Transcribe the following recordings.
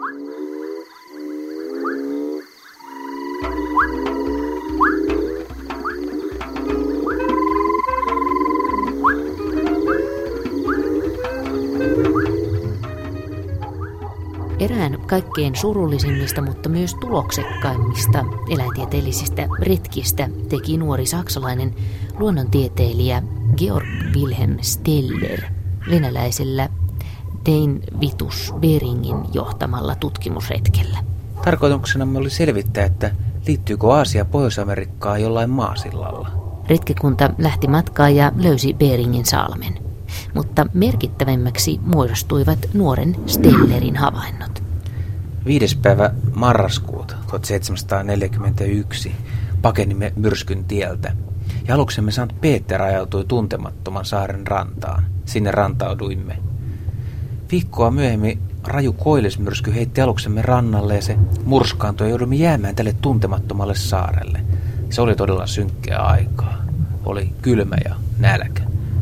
Erään kaikkein surullisimmista, mutta myös tuloksekkaimmista eläintieteellisistä retkistä teki nuori saksalainen luonnontieteilijä Georg Wilhelm Steller venäläisellä Dein Vitus Beringin johtamalla tutkimusretkellä. Tarkoituksenamme oli selvittää, että liittyykö Aasia Pohjois-Amerikkaan jollain maasillalla. Retkikunta lähti matkaan ja löysi Beringin salmen. Mutta merkittävämmäksi muodostuivat nuoren Stellerin havainnot. 5. päivä marraskuuta 1741 pakenimme myrskyn tieltä ja aluksemme Sankt Peter ajautui tuntemattoman saaren rantaan. Sinne rantauduimme. Viikkoa myöhemmin raju koillismyrsky heitti aluksemme rannalle ja se murskaantui ja joudumme jäämään tälle tuntemattomalle saarelle. Se oli todella synkkää aikaa. Oli kylmä ja nälkä.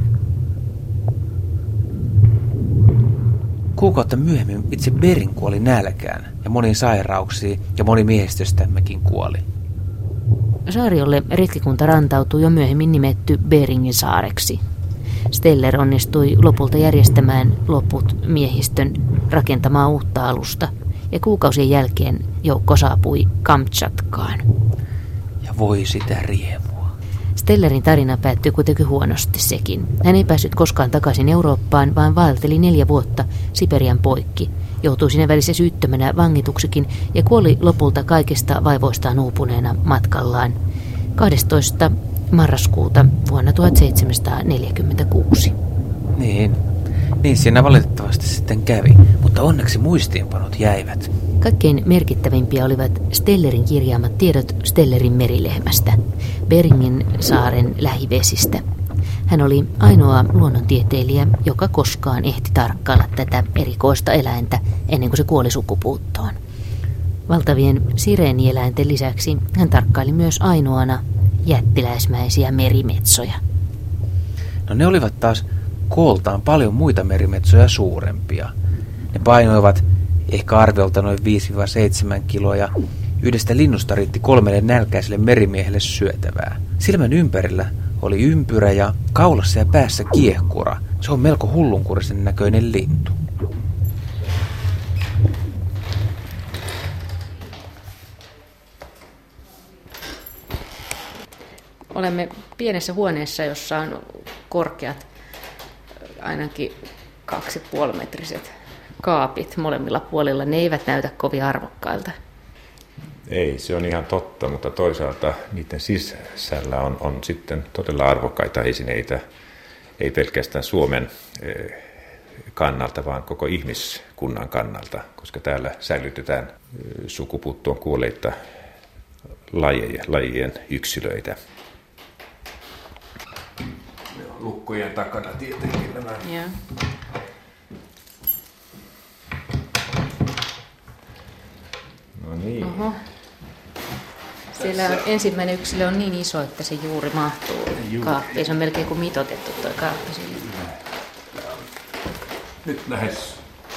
Kuukautta myöhemmin itse Bering kuoli nälkään ja moniin sairauksiin ja moni miehistöstämmekin kuoli. Saari, jolle retkikunta rantautui, jo myöhemmin nimetty Beringin saareksi. Steller onnistui lopulta järjestämään loput miehistön rakentamaan uutta alusta ja kuukausien jälkeen joukko saapui Kamtšatkaan. Ja voi sitä riemua. Stellerin tarina päättyi kuitenkin huonosti sekin. Hän ei päässyt koskaan takaisin Eurooppaan, vaan vaelteli 4 vuotta Siperian poikki. Joutui siinä välissä syyttömänä vangituksikin ja kuoli lopulta kaikista vaivoistaan uupuneena matkallaan 12. marraskuuta vuonna 1746. Niin siinä valitettavasti sitten kävi, mutta onneksi muistiinpanot jäivät. Kaikkein merkittävimpiä olivat Stellerin kirjaamat tiedot Stellerin merilehmästä, Beringin saaren lähivesistä. Hän oli ainoa luonnontieteilijä, joka koskaan ehti tarkkailla tätä erikoista eläintä ennen kuin se kuoli sukupuuttoon. Valtavien sireenieläinten lisäksi hän tarkkaili myös ainoana jättiläismäisiä merimetsoja. No ne olivat taas kooltaan paljon muita merimetsoja suurempia. Ne painoivat ehkä arviolta noin 5-7 kiloa ja yhdestä linnusta riitti 3 nälkäiselle merimiehelle syötävää. Silmän ympärillä oli ympyrä ja kaulassa ja päässä kiehkura. Se on melko hullunkurisen näköinen lintu. Olemme pienessä huoneessa, jossa on korkeat, ainakin 2,5-metriset kaapit molemmilla puolilla. Ne eivät näytä kovin arvokkailta. Ei, se on ihan totta, mutta toisaalta niiden sisällä on sitten todella arvokkaita esineitä, ei pelkästään Suomen kannalta, vaan koko ihmiskunnan kannalta, koska täällä säilytetään sukupuuttoon kuolleita lajien yksilöitä. Lukkojen takana tietenkin nämä. Yeah. No niin. Oho. Siellä ensimmäinen yksilö on niin iso, että se juuri mahtuu kaappiin. Se on melkein kuin mitoitettu tuo kaappi sinne. Nyt lähes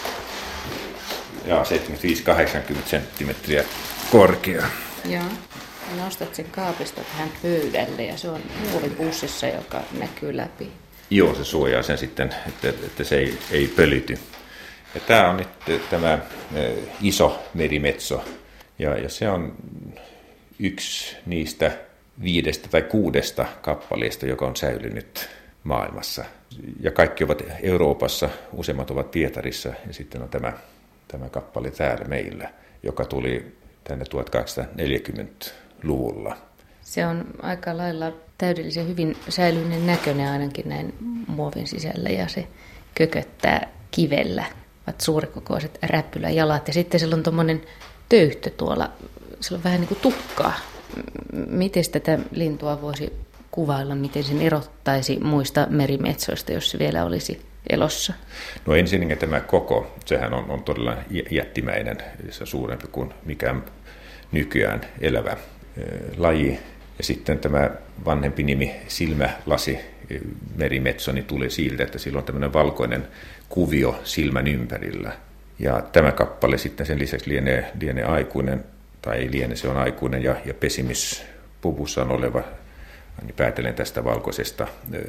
75-80 senttimetriä korkea. Joo. Nostat sen kaapista tähän pöydälle ja se on muovipussissa, joka näkyy läpi. Joo, se suojaa sen sitten, että se ei pölyty. Ja tämä on nyt tämä iso merimetso ja se on yksi niistä 5 tai 6 kappaleista, joka on säilynyt maailmassa. Ja kaikki ovat Euroopassa, useimmat ovat Pietarissa ja sitten on tämä kappale täällä meillä, joka tuli tänne 1840-luvulla. Se on aika lailla täydellisen hyvin säilyinen näköinen ainakin näin muovin sisällä ja se kököttää kivellä. Ovat suurikokoiset räppyläjalat ja sitten siellä on tuommoinen töyhtö tuolla, siellä on vähän niin kuin tukkaa. Miten tätä lintua voisi kuvailla, miten sen erottaisi muista merimetsoista, jos se vielä olisi elossa? No ensinnäkin tämä koko, sehän on todella jättimäinen, se on suurempi kuin mikään nykyään elävä laji. Ja sitten tämä vanhempi nimi silmälasi merimetso niin tuli siltä, että sillä on tämmöinen valkoinen kuvio silmän ympärillä. Ja tämä kappale sitten sen lisäksi lienee aikuinen, tai ei liene, se on aikuinen ja pesimispuvussaan oleva, niin päätelen tästä valkoisesta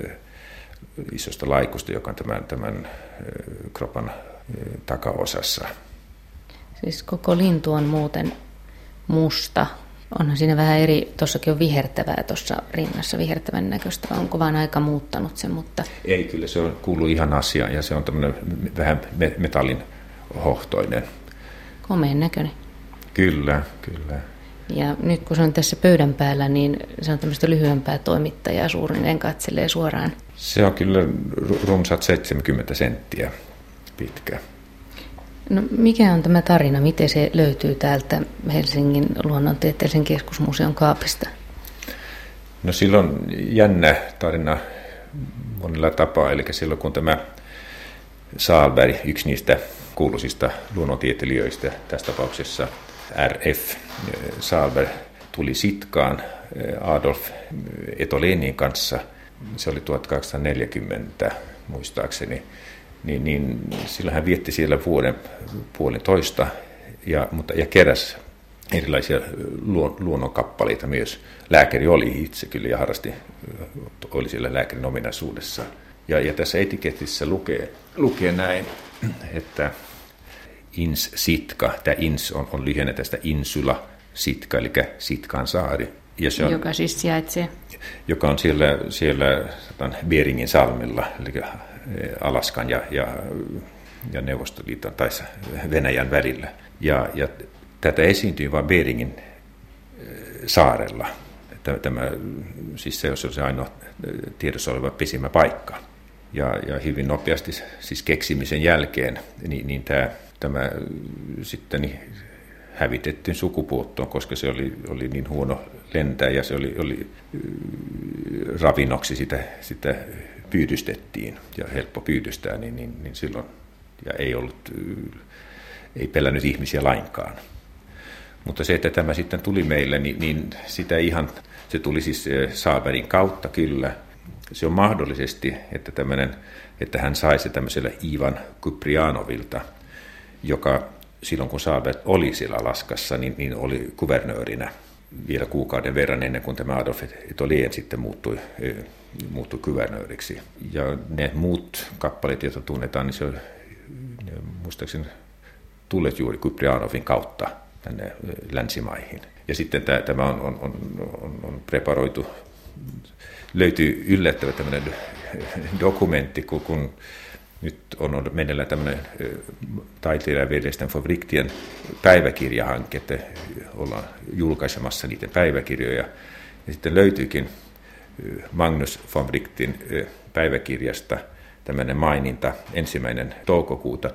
isosta laikusta, joka on tämän kropan takaosassa. Siis koko lintu on muuten musta. Onhan siinä vähän eri, tuossakin on vihertävää tuossa rinnassa, vihertävän näköistä, onko vaan aika muuttanut sen, mutta... Ei, kyllä se on kuuluu ihan asiaan ja se on tämmöinen vähän metallin hohtoinen. Komeen näköinen. Kyllä. Ja nyt kun se on tässä pöydän päällä, niin se on tämmöistä lyhyempää toimittajaa, Suurinen katselee suoraan. Se on kyllä runsaat 70 senttiä pitkä. No mikä on tämä tarina? Miten se löytyy täältä Helsingin luonnontieteellisen keskusmuseon kaapista? No silloin jännä tarina monella tapaa, eli silloin kun tämä Sahlberg, yksi niistä kuuluisista luonnontieteilijöistä, tässä tapauksessa R.F. Sahlberg, tuli Sitkaan Adolf Etolenin kanssa, se oli 1840 muistaakseni, niin silloin hän vietti siellä vuoden puolentoista ja keräsi erilaisia luonnonkappaleita myös. Lääkäri oli itse kyllä ja oli siellä lääkärin ominaisuudessa. Ja tässä etiketissä lukee näin, että Ins Sitka, tämä Ins on lyhenne tästä Insula Sitka, eli Sitkaan saari. Ja se on, joka siis sijaitsee? Joka on siellä Beringin salmilla, eli Alaskan ja Neuvostoliiton tai Venäjän välillä. Ja tätä esiintyy vain Beringin saarella. Siis se on se ainoa tiedossa oleva pesimäpaikka. Ja hyvin nopeasti siis keksimisen jälkeen niin tämä sitten hävitettiin sukupuuttoon, koska se oli niin huono lentää ja se oli ravinnoksi sitä pyydystettiin ja helppo pyydystää, niin silloin ja ei pelännyt ihmisiä lainkaan. Mutta se, että tämä sitten tuli meille, niin sitä se tuli siis Sahlbergin kautta kyllä. Se on mahdollisesti, että hän sai se tämmöisellä Ivan Kyprianovilta, joka silloin kun Sahlberg oli siellä Alaskassa, niin oli kuvernöörinä vielä kuukauden verran ennen kuin tämä Adolf Etolien sitten muuttui kuvernööriksi. Ja ne muut kappaleet, joita tunnetaan, niin se on muistaakseni tulleet juuri Kyprianovin kautta tänne länsimaihin. Ja sitten tämä on preparoitu. Löytyy yllättävä tämmöinen dokumentti, kun nyt on meneillään tämmöinen taiteilijaveljesten favoriktien päiväkirjahanke, että ollaan julkaisemassa niiden päiväkirjoja. Ja sitten löytyykin Magnus von Wrightin päiväkirjasta tämmöinen maininta 1. toukokuuta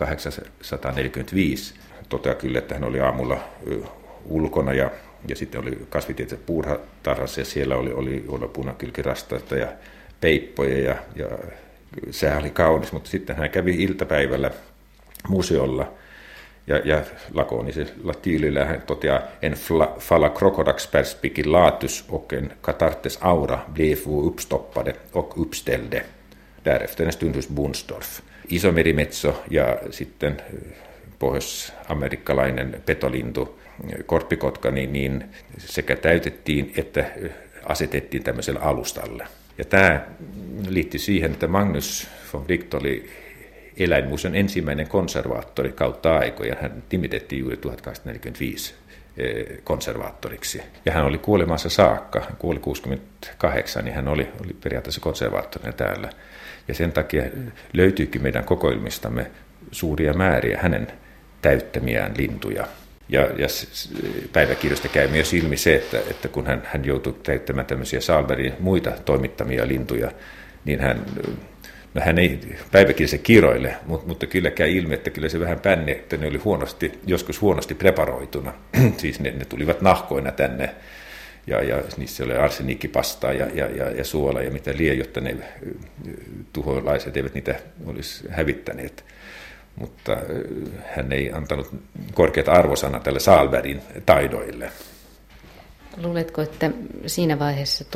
1845. Toteaa kyllä, että hän oli aamulla ulkona ja sitten oli kasvitieteellisessä puutarhassa ja siellä oli punakylkirastaita ja peippoja ja sehän oli kaunis, mutta sitten hän kävi iltapäivällä museolla ja lakonisella tyylillä hän toteaa en falla krokodax perspikillatus och en katartes aura blev uppstoppade och uppställde. Därefter en stundus Bunstorf. Iso merimetso ja sitten pohjois-amerikkalainen petolintu, korppikotka, niin sekä täytettiin että asetettiin tämmöiselle alustalle. Ja tämä liittyy siihen, että Magnus von Wright oli eläinmuseon ensimmäinen konservaattori kautta aikoja. Hän nimitettiin juuri 1845 konservaattoriksi. Ja hän oli kuolemansa saakka, hän kuoli 68, niin hän oli periaatteessa konservaattorina täällä. Ja sen takia löytyykin meidän kokoelmistamme suuria määriä hänen täyttämiään lintuja. Ja päiväkirjoista käy myös ilmi se, että kun hän joutui täyttämään tämmöisiä Sahlbergin muita toimittamia lintuja, niin hän ei päiväkirjassa kiroile, mutta kyllä käy ilmi, että kyllä se vähän pänni, että ne oli joskus huonosti preparoituna. Siis ne tulivat nahkoina tänne ja niissä oli arseniikkipastaa ja suola ja mitä lie, jotta ne tuholaiset eivät niitä olisi hävittäneet. Mutta hän ei antanut korkeat arvosanaa tälle Sahlbergin taidoille. Luuletko, että siinä vaiheessa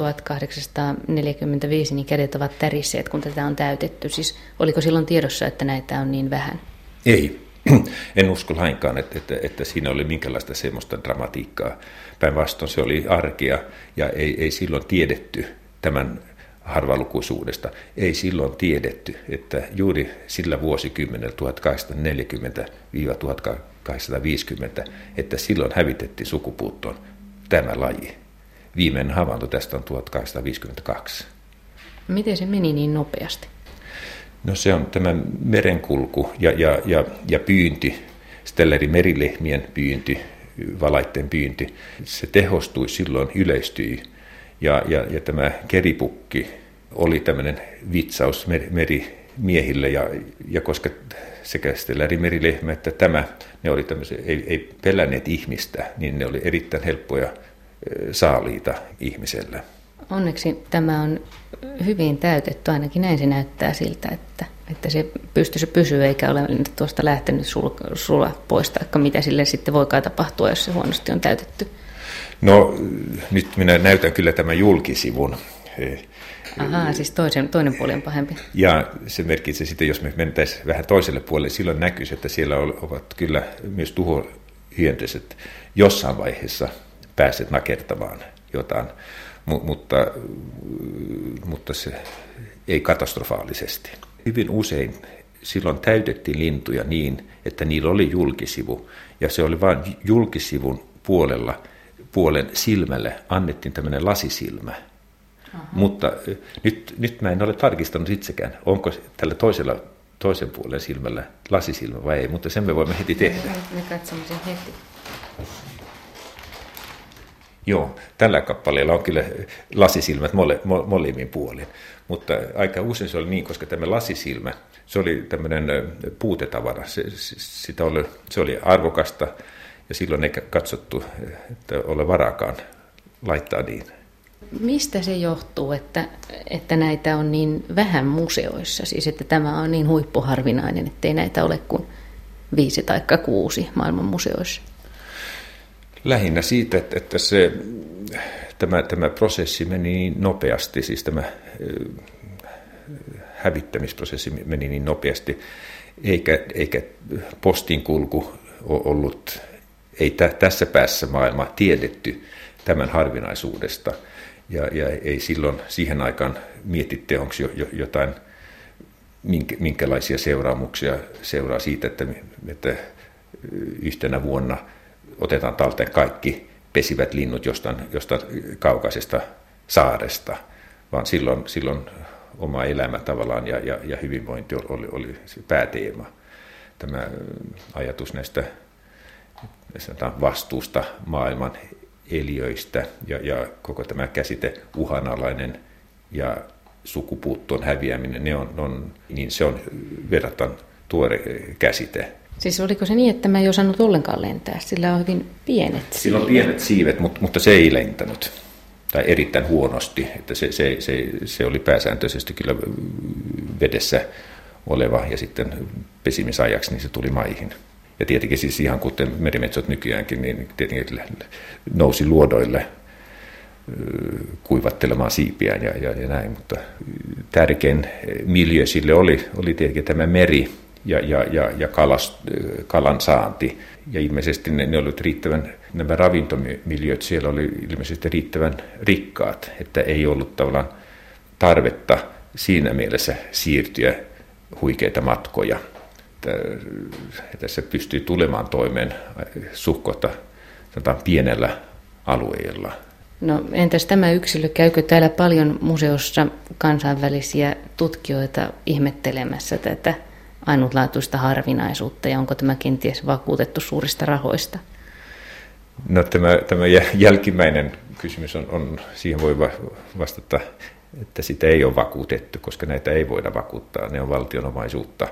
1845 niin kädet ovat tärisseet, kun tätä on täytetty? Siis oliko silloin tiedossa, että näitä on niin vähän? Ei. En usko lainkaan, että siinä oli minkälaista semmoista dramatiikkaa. Päinvastoin se oli arkea ja ei silloin tiedetty tämän harvalukuisuudesta. Ei silloin tiedetty, että juuri sillä vuosikymmenellä 1840-1850, että silloin hävitettiin sukupuuttoon tämä laji. Viimeinen havainto tästä on 1852. Miten se meni niin nopeasti? No se on tämä merenkulku ja pyynti, Stellerin merilehmien pyynti, valaitten pyynti. Se tehostui silloin, yleistyi. Ja tämä keripukki oli tämmöinen vitsaus merimiehille, ja koska sekä Stellerin merilehmä että ne oli tämmöisiä, ei pelänneet ihmistä, niin ne oli erittäin helppoja saaliita ihmisellä. Onneksi tämä on hyvin täytetty, ainakin näin se näyttää siltä, että se pystyssä pysyy eikä ole tuosta lähtenyt sulla pois, taikka mitä sille sitten voikaan tapahtua, jos se huonosti on täytetty. No nyt minä näytän kyllä tämän julkisivun. Ahaa, siis toinen puoli on pahempi. Ja se merkitsee sitten, jos me mentäisiin vähän toiselle puolelle, silloin näkyisi, että siellä ovat kyllä myös tuhohyönteiset jossain vaiheessa päässeet nakertamaan jotain. Mutta se ei katastrofaalisesti. Hyvin usein silloin täytettiin lintuja niin, että niillä oli julkisivu, ja se oli vain julkisivun puolen silmälle annettiin tämmöinen lasisilmä. Aha. Mutta nyt mä en ole tarkistanut itsekään, onko tällä toisen puolen silmällä lasisilmä vai ei, mutta sen me voimme heti tehdä. Me katsomme sen heti. Joo, tällä kappaleella on kyllä lasisilmät molemmin puolin, mutta aika usein se oli niin, koska tämä lasisilmä, se oli tämmöinen puutetavara, se oli arvokasta ja silloin ei katsottu, että ole varakaan laittaa niin. Mistä se johtuu, että näitä on niin vähän museoissa, siis että tämä on niin huippuharvinainen, ettei näitä ole kuin 5 tai 6 maailman museoissa? Lähinnä siitä, että tämä prosessi meni niin nopeasti, siis tämä hävittämisprosessi meni niin nopeasti, eikä postinkulku ollut, ei tässä päässä maailmaa tiedetty tämän harvinaisuudesta, ja ei silloin siihen aikaan mietitte, onko jotain, minkälaisia seuraamuksia seuraa siitä, että yhtenä vuonna otetaan talteen kaikki pesivät linnut jostain kaukaisesta saaresta, vaan silloin oma elämä tavallaan ja hyvinvointi oli se pääteema. Tämä ajatus näistä vastuusta maailman eliöistä ja koko tämä käsite uhanalainen ja sukupuuttoon häviäminen, niin se on verrattain tuore käsite. Siis oliko se niin, että mä ei osannut ollenkaan lentää? Sillä on hyvin pienet siivet. Sillä on pienet siivet, mutta se ei lentänyt. Tai erittäin huonosti. Että se oli pääsääntöisesti kyllä vedessä oleva ja sitten pesimisajaksi niin se tuli maihin. Ja tietenkin siis ihan kuten merimetsot nykyäänkin, niin tietenkin nousi luodoille kuivattelemaan siipiään ja näin. Mutta tärkein miljö sille oli tietenkin tämä meri ja kalan saanti. Ja ilmeisesti ne olivat nämä ravintomiljöt siellä oli ilmeisesti riittävän rikkaat, että ei ollut tavallaan tarvetta siinä mielessä siirtyä huikeita matkoja. Että se pystyy tulemaan toimeen suhkotta pienellä alueella. No entäs tämä yksilö, käykö täällä paljon museossa kansainvälisiä tutkijoita ihmettelemässä tätä ainutlaatuista harvinaisuutta, ja onko tämä kenties vakuutettu suurista rahoista? No tämä jälkimmäinen kysymys on siihen voi vastata, että sitä ei ole vakuutettu, koska näitä ei voida vakuuttaa, ne on valtionomaisuutta.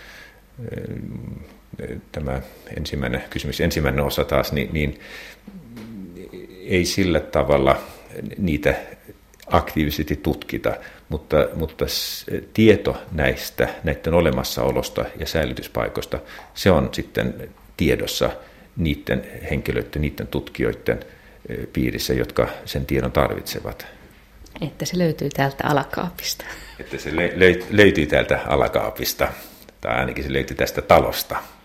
Tämä ensimmäinen kysymys, ensimmäinen osa taas, niin ei sillä tavalla niitä aktiivisesti tutkita, mutta tieto näiden olemassaolosta ja säilytyspaikoista, se on sitten tiedossa niiden henkilöiden, niiden tutkijoiden piirissä, jotka sen tiedon tarvitsevat. Että se löytyy täältä alakaapista. Että se löytyy täältä alakaapista, tai ainakin se löytyy tästä talosta.